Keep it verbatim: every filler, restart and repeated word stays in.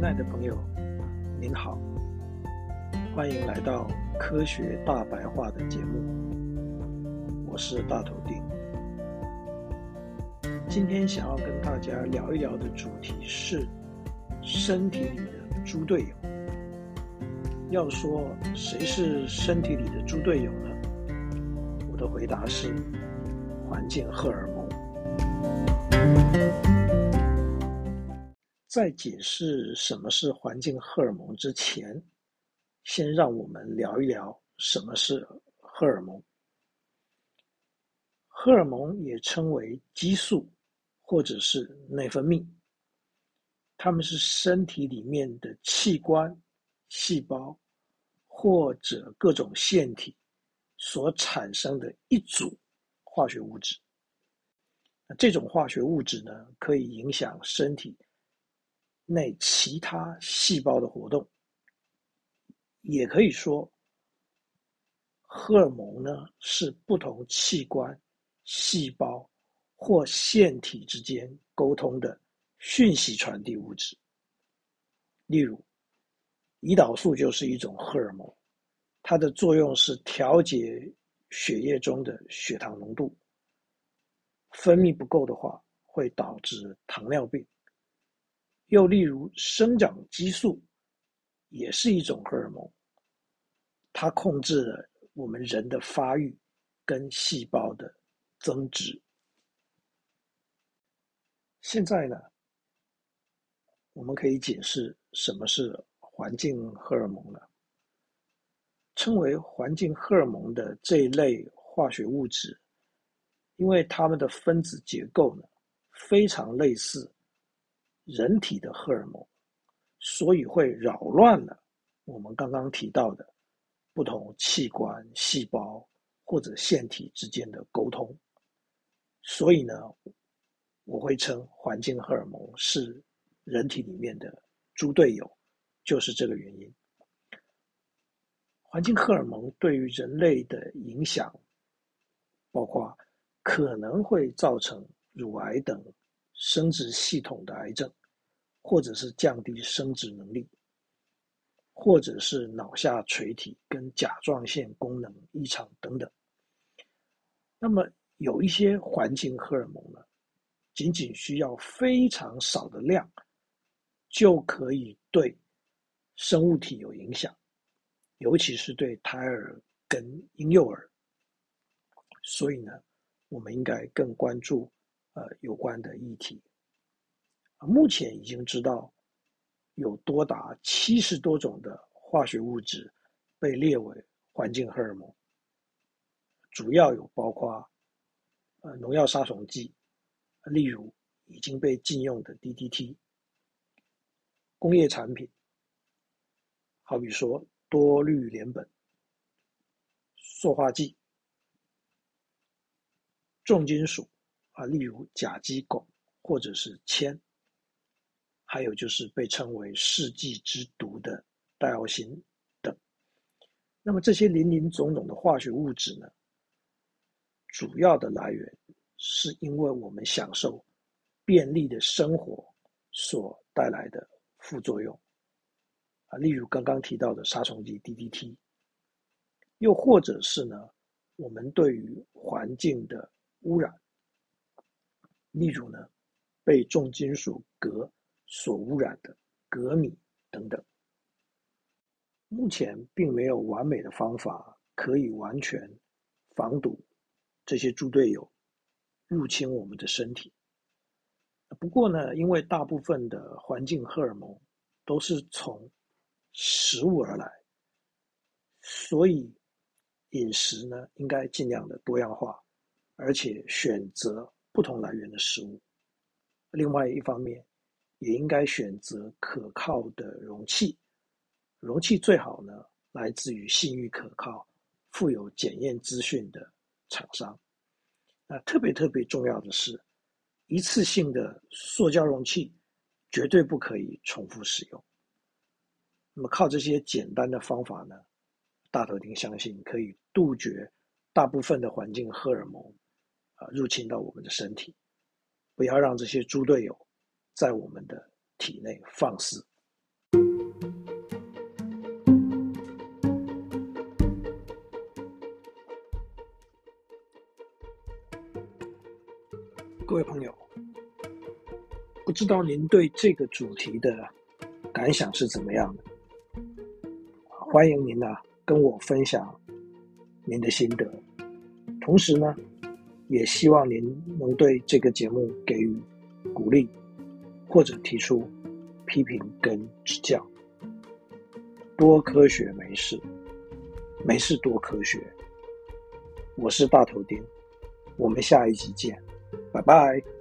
亲爱的朋友，您好，欢迎来到科学大白话的节目，我是大头丁。今天想要跟大家聊一聊的主题是身体里的猪队友。要说谁是身体里的猪队友呢？我的回答是环境荷尔蒙。在解释什么是环境荷尔蒙之前，先让我们聊一聊什么是荷尔蒙。荷尔蒙也称为激素或者是内分泌，它们是身体里面的器官、细胞或者各种腺体所产生的一组化学物质。这种化学物质呢，可以影响身体内其他细胞的活动。也可以说，荷尔蒙呢是不同器官、细胞或腺体之间沟通的讯息传递物质。例如，胰岛素就是一种荷尔蒙，它的作用是调节血液中的血糖浓度，分泌不够的话，会导致糖尿病。又例如，生长激素也是一种荷尔蒙，它控制了我们人的发育跟细胞的增殖。现在呢，我们可以解释什么是环境荷尔蒙了。称为环境荷尔蒙的这一类化学物质，因为它们的分子结构呢非常类似人体的荷尔蒙，所以会扰乱了我们刚刚提到的不同器官、细胞或者腺体之间的沟通。所以呢，我会称环境荷尔蒙是人体里面的猪队友，就是这个原因。环境荷尔蒙对于人类的影响，包括可能会造成乳癌等生殖系统的癌症，或者是降低生殖能力，或者是脑下垂体跟甲状腺功能异常等等。那么有一些环境荷尔蒙呢，仅仅需要非常少的量，就可以对生物体有影响，尤其是对胎儿跟婴幼儿。所以呢，我们应该更关注呃有关的议题。目前已经知道有多达七十多种的化学物质被列为环境荷尔蒙，主要有包括呃农药杀虫剂，例如已经被禁用的 D D T， 工业产品，好比说多氯联苯、塑化剂，重金属啊，例如甲基汞或者是铅，还有就是被称为世纪之毒的戴奥辛等。那么这些林林总总的化学物质呢，主要的来源是因为我们享受便利的生活所带来的副作用啊，例如刚刚提到的杀虫剂 D D T， 又或者是呢，我们对于环境的污染，例如呢，被重金属镉所污染的镉米等等。目前并没有完美的方法可以完全防堵这些猪队友入侵我们的身体。不过呢，因为大部分的环境荷尔蒙都是从食物而来，所以饮食呢应该尽量的多样化，而且选择不同来源的食物。另外一方面，也应该选择可靠的容器，容器最好呢来自于信誉可靠、富有检验资讯的厂商。那特别特别重要的是，一次性的塑胶容器绝对不可以重复使用。那么靠这些简单的方法呢，大头丁相信可以杜绝大部分的环境荷尔蒙啊入侵到我们的身体，不要让这些猪队友在我们的体内放肆。 各位朋友，不知道您对这个主题的感想是怎么样的？欢迎您啊跟我分享您的心得，同时呢，也希望您能对这个节目给予鼓励，或者提出批评跟指教。多科学没事，没事多科学。我是大头钉，我们下一集见，拜拜。